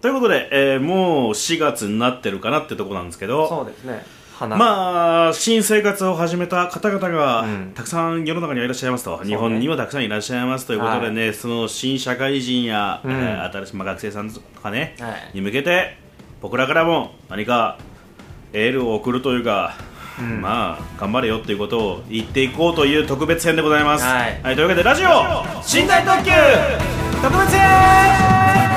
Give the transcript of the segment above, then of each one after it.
ということで、もう4月になってるかなってとこなんですけど、 そうですね。 まあ新生活を始めた方々が、たくさん世の中にはいらっしゃいますと、 ね、 日本にはたくさんいらっしゃいますということでね、その新社会人や、新しい、学生さんとかね、に向けて僕らからも何かエールを送るというか、まあ頑張れよということを言っていこうという特別編でございます。はい、というわけでラジオ寝台特急特別編。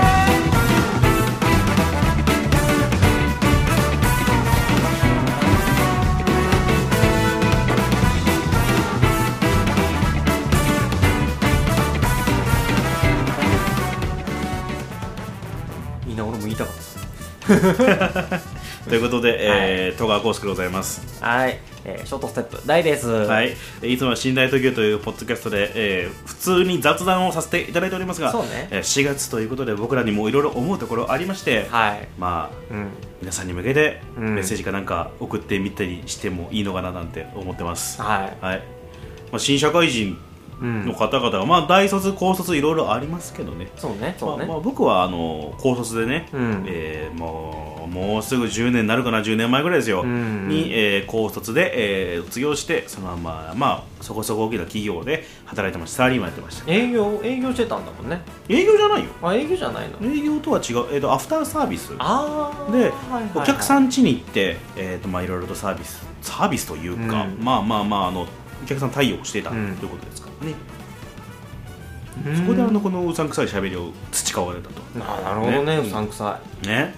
ということで、戸川浩介でございます。 はい、ショートステップ大です。 はい、いつもは寝台特急というポッドキャストで、普通に雑談をさせていただいておりますが、 そうね、 4月ということで僕らにもいろいろ思うところありまして、まあ、皆さんに向けてメッセージかなんか送ってみたりしてもいいのかななんて思ってます。まあ、新社会人の方々は、まあ、大卒高卒いろいろありますけどね。まあ、僕は高卒でね、もうすぐ10年になるかな、10年前ぐらいですよ、に、高卒で、卒業してそのまま、そこそこ大きな企業で働いてました。サラリーマンやってました。 営業してたんだもんね。 営業じゃないよ。 営業じゃないの。 営業とは違う、アフターサービスで、お客さん家に行って、まあ、いろいろとサービスというか、お客さん対応してたということですからね。そこでこのうさんくさい喋りを培われたと。 なるほどね、うさんくさいね。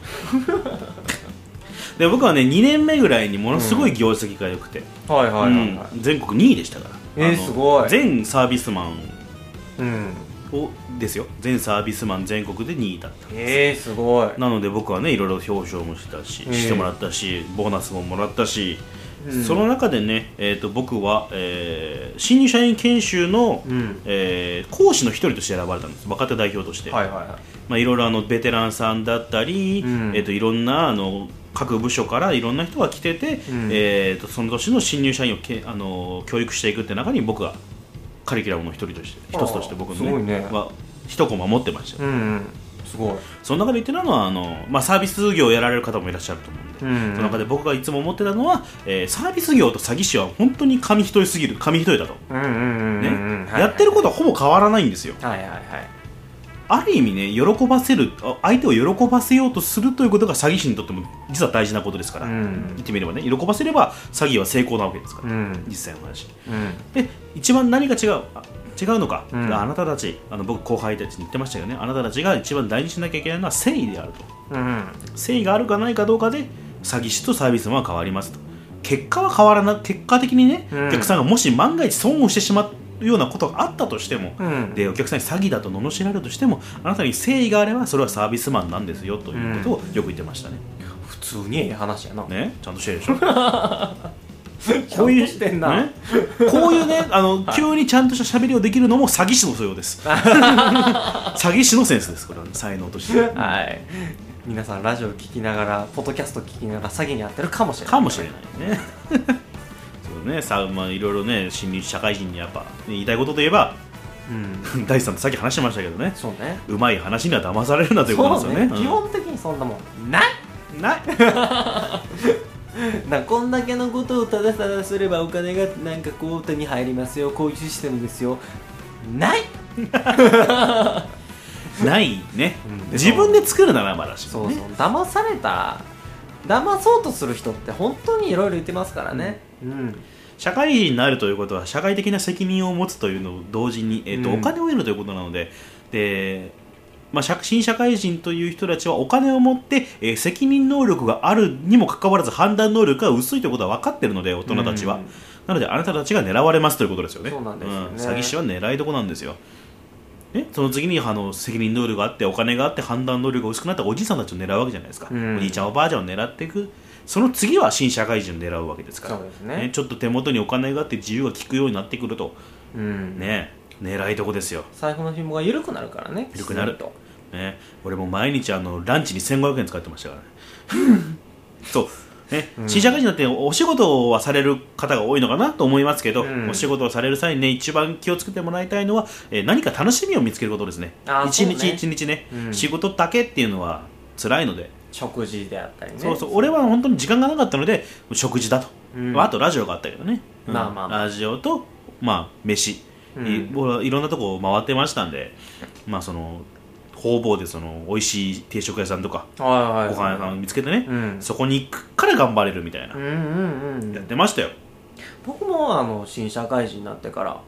で僕はね、2年目ぐらいにものすごい業績が良くて、全国2位でしたから。 すごい。 全サービスマンですよ。全サービスマン全国で2位だったんです。 すごい。 なので僕はね、いろいろ表彰もしてもらったし、ボーナスももらったし、その中でね、僕は、新入社員研修の、講師の一人として選ばれたんです。若手代表として。いろいろベテランさんだったり、いろんな各部署からいろんな人が来てて、その年の新入社員を教育していくって中に僕がカリキュラムの一つとして僕のね一コマ持ってましたよ。 すごい。 その中で言ってたのはサービス業をやられる方もいらっしゃると思うんで、その中で僕がいつも思ってたのは、サービス業と詐欺師は本当に紙一重だと、やってることはほぼ変わらないんですよ。ある意味ね、喜ばせる、相手を喜ばせようとするということが詐欺師にとっても実は大事なことですから、言ってみればね、喜ばせれば詐欺は成功なわけですから、実際の話、で一番何が違うのか、あなたたち、僕後輩たちに言ってましたよね。あなたたちが一番大事にしなきゃいけないのは誠意であると、誠意があるかないかどうかで詐欺師とサービスマンは変わりますと。結果は変わらない。結果的にね、お客さんがもし万が一損をしてしまうようなことがあったとしても、でお客さんに詐欺だと罵られるとしても、あなたに誠意があればそれはサービスマンなんですよということをよく言ってましたね。 普通に話やな、 ね、ちゃんとしてるでしょ。こういうしてんな、こういうね、急にちゃんとした喋りをできるのも詐欺師の素養です。詐欺師のセンスです。これは才能として。 皆さんラジオ聞きながら、ポッドキャスト聞きながら詐欺に遭ってるかもしれないね。そうね、いろいろね、新入社会人にやっぱ言いたいことといえば、大地さんとさっき話してましたけどね、うまい話には騙されるなということですよね。 基本的にそんなもんないこんだけのことをただただすればお金がなんかこう手に入りますよ、こういうシステムですよ、ないないね、自分で作るならまだしもね。 騙された、騙そうとする人って本当にいろいろ言ってますからね。 社会人になるということは社会的な責任を持つというのを同時に、お金を得るということなので、新社会人という人たちはお金を持って、責任能力があるにもかかわらず判断能力が薄いということは分かっているので、大人たちは、なのであなたたちが狙われますということですよね。詐欺師は狙いどこなんですよ。その次に責任能力があってお金があって判断能力が薄くなったおじいさんたちを狙うわけじゃないですか。おじいちゃんおばあちゃんを狙っていく。その次は新社会人を狙うわけですから、ちょっと手元にお金があって自由が利くようになってくると、狙いどこですよ。 財布の紐が緩くなるからね。 緩くなると、俺も毎日ランチに1500円使ってましたからね。そう新社会人になってお仕事はされる方が多いのかなと思いますけど、お仕事をされる際にね、一番気をつけてもらいたいのは、何か楽しみを見つけることですね。一日一日ね、仕事だけっていうのは辛いので、 食事であったりね。 そうそう、俺は本当に時間がなかったので食事だと、あとラジオがあったけどね、ラジオと飯、俺はいろんなとこ回ってましたんで、その方々でその美味しい定食屋さんとかご飯屋さんを見つけてね、そこに行くから頑張れるみたいな、やってましたよ。 僕も新社会人になってから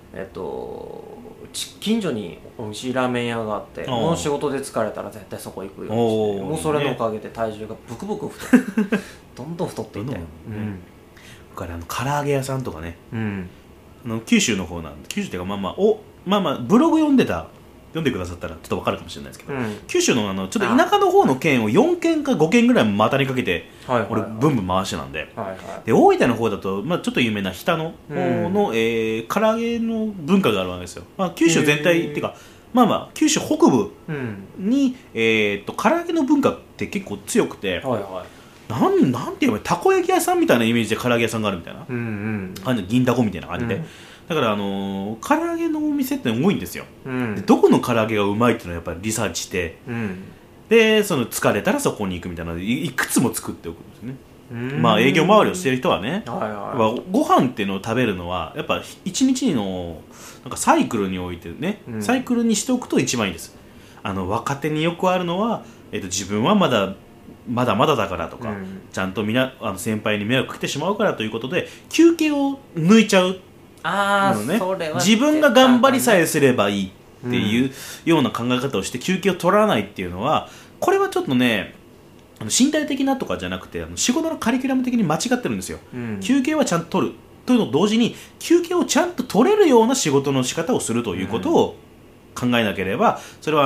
近所に美味しいラーメン屋があって、もう仕事で疲れたら絶対そこ行くようにして、もうそれのおかげで体重がブクブク太ってどんどん太っていって唐揚げ屋さんとかね、九州の方なんで、九州っていうかブログ読んでくださったらちょっと分かるかもしれないですけど、九州のちょっと田舎の方の県を4県か5県ぐらい股にかけて俺ブンブン回してなんで、で大分の方だと、ちょっと有名な日田の方の、唐揚げの文化があるわけですよ。九州全体っていうか九州北部に、唐揚げの文化って結構強くて、なんていうの、たこ焼き屋さんみたいなイメージで唐揚げ屋さんがあるみたいな感じで、銀だこみたいな感じで、だから唐揚げのお店って多いんですよ、でどこの唐揚げがうまいっていうのをやっぱりリサーチして、でその疲れたらそこに行くみたいなので いくつも作っておくんですね。営業回りをしている人はね、ご飯っていうのを食べるのはやっぱ一日のなんかサイクルにおいてね、サイクルにしておくと一番いいです。若手によくあるのは、自分はまだだからとか、ちゃんと先輩に迷惑かけてしまうからということで休憩を抜いちゃうのね。自分が頑張りさえすればいいっていうような考え方をして休憩を取らないっていうのは、これはちょっとね、身体的なとかじゃなくて仕事のカリキュラム的に間違ってるんですよ、休憩はちゃんと取るというのと同時に休憩をちゃんと取れるような仕事の仕方をするということを考えなければ、それは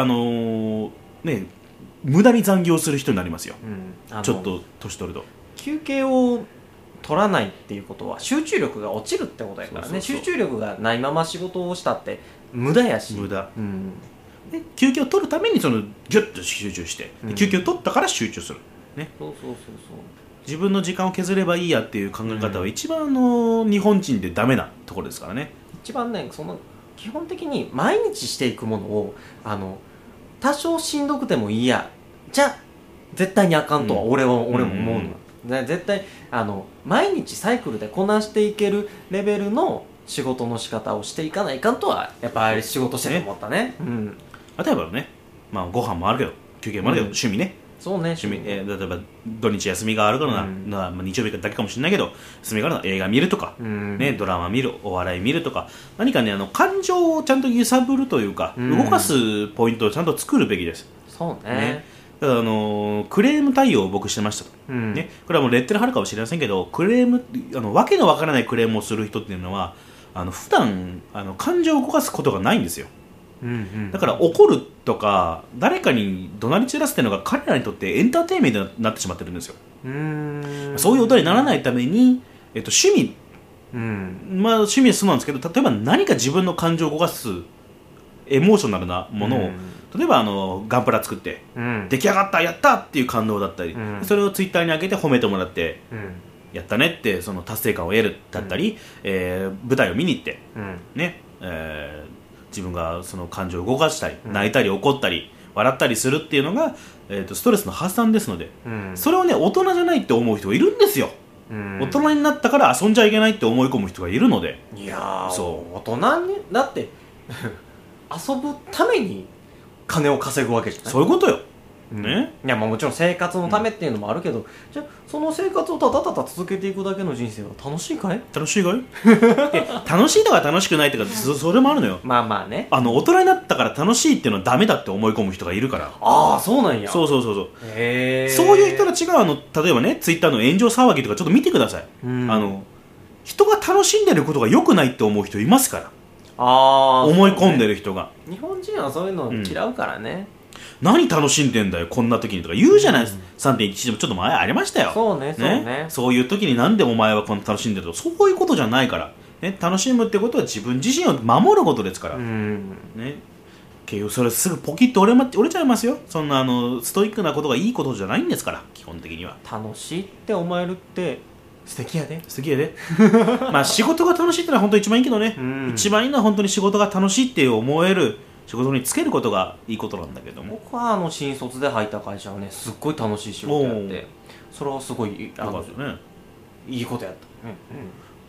無駄に残業する人になりますよ、ちょっと年取ると。 休憩を取らないっていうことは集中力が落ちるってことやからね。集中力がないまま仕事をしたって無駄やし、で休憩を取るためにギュッと集中して、休憩を取ったから集中する、ね、自分の時間を削ればいいやっていう考え方は一番日本人でダメなところですからね。 一番ね、基本的に毎日していくものを多少しんどくてもいいやじゃ絶対にあかんとは俺も思うの、絶対毎日サイクルでこなしていけるレベルの仕事の仕方をしていかないかんとはやっぱり仕事してて思ったね。 例えばね、ご飯もあるけど休憩もあるけど、趣味ね、 そうね、 例えば土日休みがあるから日曜日だけかもしれないけど休みがあるのは映画見るとか、ドラマ見る、お笑い見るとか、何かね感情をちゃんと揺さぶるというか、動かすポイントをちゃんと作るべきです。 そうね。 だからクレーム対応を僕してましたと、これはもうレッテル貼るかもしれませんけど、クレームわけのわからないクレームをする人っていうのは普段感情を動かすことがないんですよ。だから怒るとか誰かに怒鳴り散らすっていうのが彼らにとってエンターテインメントになってしまってるんですよ。そういう音にならないために、趣味、趣味はそうなんですけど、例えば何か自分の感情を動かすエモーショナルなものを、例えばガンプラ作って、出来上がったやったっていう感動だったり、それをツイッターに上げて褒めてもらって、やったねってその達成感を得るだったり、舞台を見に行って、ね、自分がその感情を動かしたり、泣いたり怒ったり笑ったりするっていうのが、ストレスの発散ですので、それをね大人じゃないって思う人がいるんですよ。大人になったから遊んじゃいけないって思い込む人がいるので、 いやそう大人になって遊ぶために金を稼ぐわけじゃない。 そういうことよ、ね、 いやもちろん生活のためっていうのもあるけど、じゃあその生活をただただ続けていくだけの人生は楽しいかい？ 楽しいかい？楽しいとか楽しくないとかそれもあるのよ。 まあね、 大人になったから楽しいっていうのはダメだって思い込む人がいるから。 ああそうなんや。 そうそういう人たちが例えばねツイッターの炎上騒ぎとかちょっと見てください、人が楽しんでることが良くないって思う人いますから。思い込んでる人が、 日本人はそういうの嫌うからね、 何楽しんでんだよこんな時にとか言うじゃないですか、3.11 でもちょっと前ありましたよ。 そうねそういう時になんでお前はこんな楽しんでると、そういうことじゃないから、ね、楽しむってことは自分自身を守ることですから、ね、結局それすぐポキッと折れちゃいますよ。そんなストイックなことがいいことじゃないんですから。基本的には楽しいって思えるって素敵やで。 仕事が楽しいってのは本当に一番いいけどね、一番いいのは本当に仕事が楽しいって思える仕事に就けることがいいことなんだけども、 僕は新卒で入った会社はねすっごい楽しい仕事やって、それはすごいいいことやった、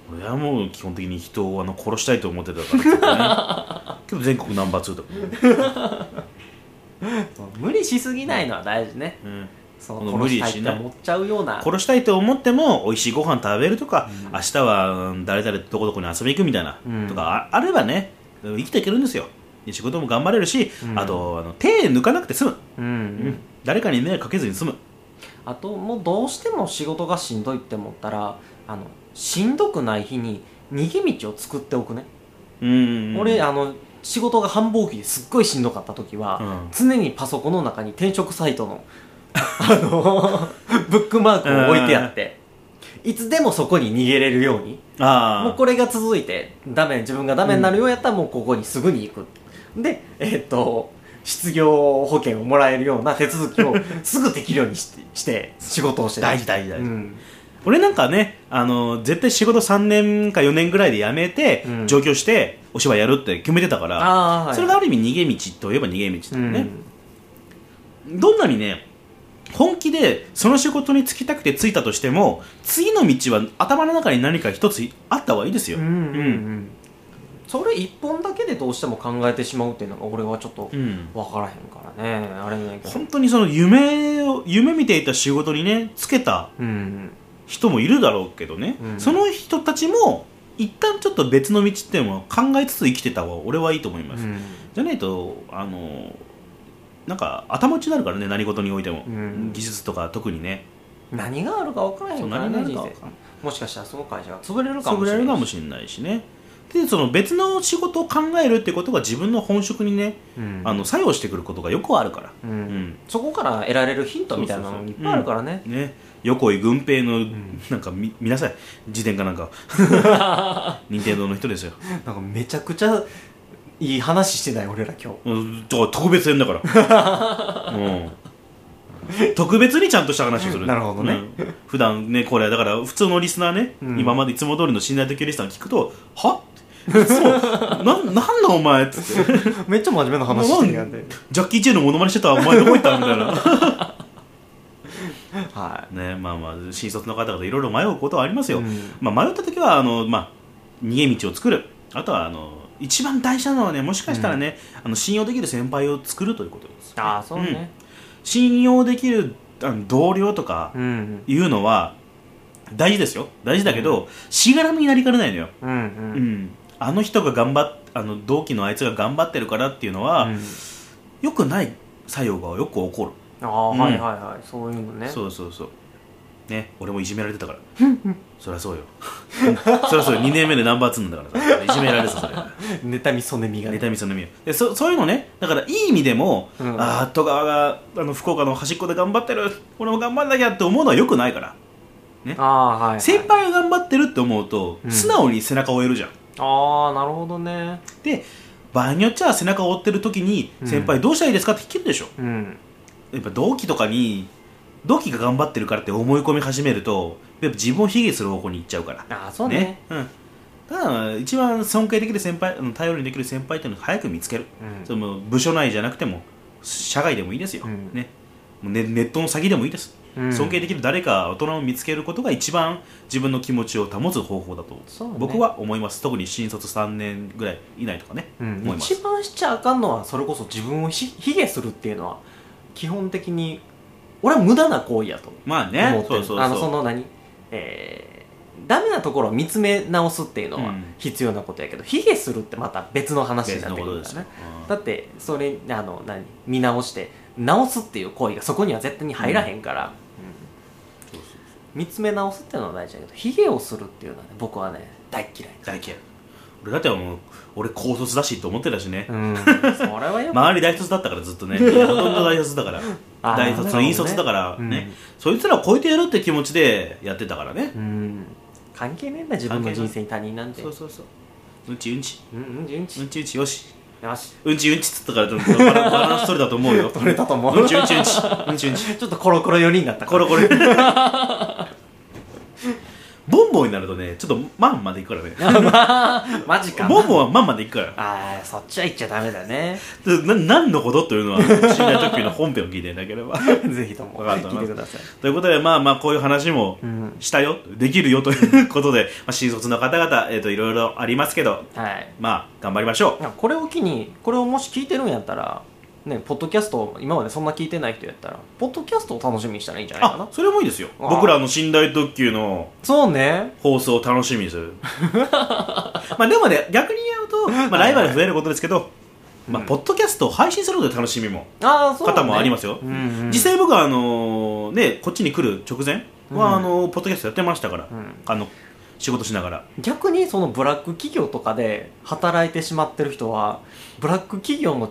俺はもう基本的に人を殺したいと思ってたからねけど全国ナンバー2だもん無理しすぎないのは大事ね、殺したいって思っちゃうような、 殺したいと思っても美味しいご飯食べるとか、明日は誰々どこどこに遊び行くみたいな、とか あればね生きていけるんですよ。仕事も頑張れるし、あと手抜かなくて済む、誰かに迷惑かけずに済む。 あともうどうしても仕事がしんどいって思ったらしんどくない日に逃げ道を作っておくね。俺仕事が繁忙期ですっごいしんどかった時は、常にパソコンの中に転職サイトのブックマークを置いてあっていつでもそこに逃げれるように、もうこれが続いて自分がダメになるようやったらもうここにすぐに行く、で失業保険をもらえるような手続きをすぐできるようにして仕事をして大事、俺なんかね絶対仕事3年か4年ぐらいで辞めて、上京してお芝居やるって決めてたから、それがある意味逃げ道といえば逃げ道だよね、どんなにね本気でその仕事に就きたくて就いたとしても次の道は頭の中に何か一つあった方がいいですよ。 それ一本だけでどうしても考えてしまうっていうのが俺はちょっと分からへんからね、あれね。 本当にその夢見ていた仕事にね就けた人もいるだろうけどね、その人たちも一旦ちょっと別の道っていうのを考えつつ生きてた方が俺はいいと思います、じゃないとなんか頭打ちになるからね、何事においても、技術とか特にね何があるか分からへんからね、人生もしかしたらその会社が潰れるかもしれないしね。でその別の仕事を考えるってことが自分の本職にね、作用してくることがよくあるから、 そこから得られるヒントみたいなのいっぱいあるからね。 横井軍平のなんか見なさい、辞典かなんか任天堂の人ですよ。 なんかめちゃくちゃいい話してない俺ら今日、 特別編だから特別にちゃんとした話をする。 なるほどね、 普段ねこれだから普通のリスナーね、今までいつも通りの信頼できるリスナー聞くとそうなんだお前っつってめっちゃ真面目な話してるやんで、 ジャッキー・チェンのモノマネしてたお前どこ行ったみたいなね、まあ新卒の方々いろいろ迷うことはありますよ、迷った時は逃げ道を作る。あとは一番大事なのはね、もしかしたらね、信用できる先輩を作るということです、 そうね、 信用できる同僚とかいうのは大事ですよ。大事だけど、しがらみになりかねないのよ。あの人が同期のあいつが頑張ってるからっていうのは、良くない作用がよく起こる。そういうのね。そうね、俺もいじめられてたからそりゃそうよそりゃそうよ、2年目でナンバー2なんだからいじめられてたそれ妬みそねみがね、 でそういうのね、だからいい意味でも、戸川が福岡の端っこで頑張ってる、俺も頑張んなきゃって思うのは良くないからね。先輩が頑張ってるって思うと、素直に背中を追えるじゃん。 なるほどね。 で場合によっちゃ背中を追ってる時に、先輩どうしたらいいですかって聞けるでしょ、やっぱ同期が頑張ってるからって思い込み始めると、やっぱ自分を卑下する方向に行っちゃうから。 そうね。 ただ一番尊敬できる先輩、頼りにできる先輩っていうのを早く見つける、その部署内じゃなくても社外でもいいですよ、ね、もうネットの先でもいいです、尊敬できる誰か大人を見つけることが一番自分の気持ちを保つ方法だと、僕は思います。特に新卒3年ぐらい以内とかね、思います。 一番しちゃあかんのはそれこそ自分を卑下するっていうのは基本的に俺は無駄な行為やと思ってる。そのダメなところを見つめ直すっていうのは必要なことやけど、卑下するってまた別の話になってくるからね。だってそれ見直して直すっていう行為がそこには絶対に入らへんから、見つめ直すっていうのは大事だけど、卑下をするっていうのはね、僕はね大嫌い。 俺だって俺高卒だしと思ってたしね、 それはよ周り大卒だったからずっとねほとんど大卒だから大卒の引率だからね、そいつらを超えてやるって気持ちでやってたからね。 関係ねえんだ自分の人生に他人なんて。 うんちよしうんちっつったからバランス取れたと思うよ。 取れたと思う。 うんちちょっとコロコロ4人だったコロコロボンボンになるとねちょっと万までいくからねマジか。 ボンボンは万までいくからああ、そっちは言っちゃダメだね。 何のことというのは寝台特急の本編を聞いていただければぜひとも聞いてください。 ということでまあこういう話もしたよ、できるよということで、新卒の方々、いろいろありますけど、 はい、 頑張りましょう。 これを機にこれをもし聞いてるんやったらね、ポッドキャストを今までそんな聞いてない人やったらポッドキャストを楽しみにしたらいいんじゃないかな。 それもいいですよ。僕ら寝台特急のそうね放送を楽しみにするでもね逆に言うと、ライバル増えることですけど、ポッドキャストを配信するので楽しみも方もありますよ。実際僕はこっちに来る直前は、ポッドキャストやってましたから、仕事しながら。 逆にそのブラック企業とかで働いてしまってる人はブラック企業の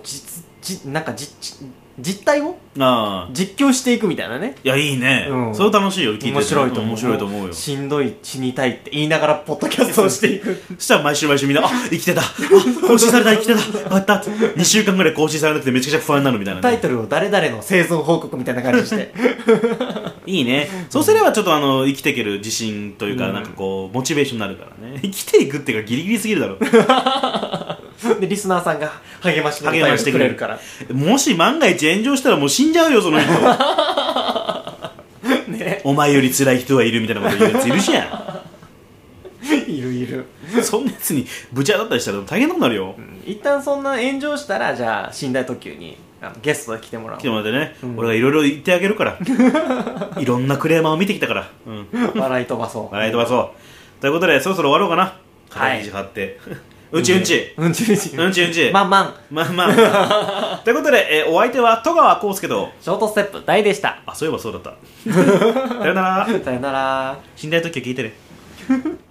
実態を実況していくみたいなね。 いやいいね、それ楽しいよ。聞いて面白いと思うよ。 しんどい死にたいって言いながらポッドキャストをしていくそしたら毎週みんな生きてた更新された生きてたよかった2週間ぐらい更新されなくてめちゃくちゃ不安になるみたいな、 タイトルを誰々の生存報告みたいな感じにしていいね。そうすればちょっと生きていける自信というか、モチベーションになるからね。生きていくっていうかギリギリすぎるだろでリスナーさんが励ましてくれるから。 もし万が一炎上したらもう死んじゃうよその人ね、お前より辛い人はいるみたいなこと言うやついるじゃんいるそんなやつにブチ当たったりしたら大変なことになるよ、 一旦そんな炎上したらじゃあ寝台特急にゲストで来てもらってね、俺がいろいろ言ってあげるからいろんなクレーマーを見てきたから、 笑い飛ばそうということでそろそろ終わろうかな。肩肘張ってうんちまんということで、お相手は戸川浩介とショートステップ大でした。 そういえばそうだったさよなら寝台特急聞いてる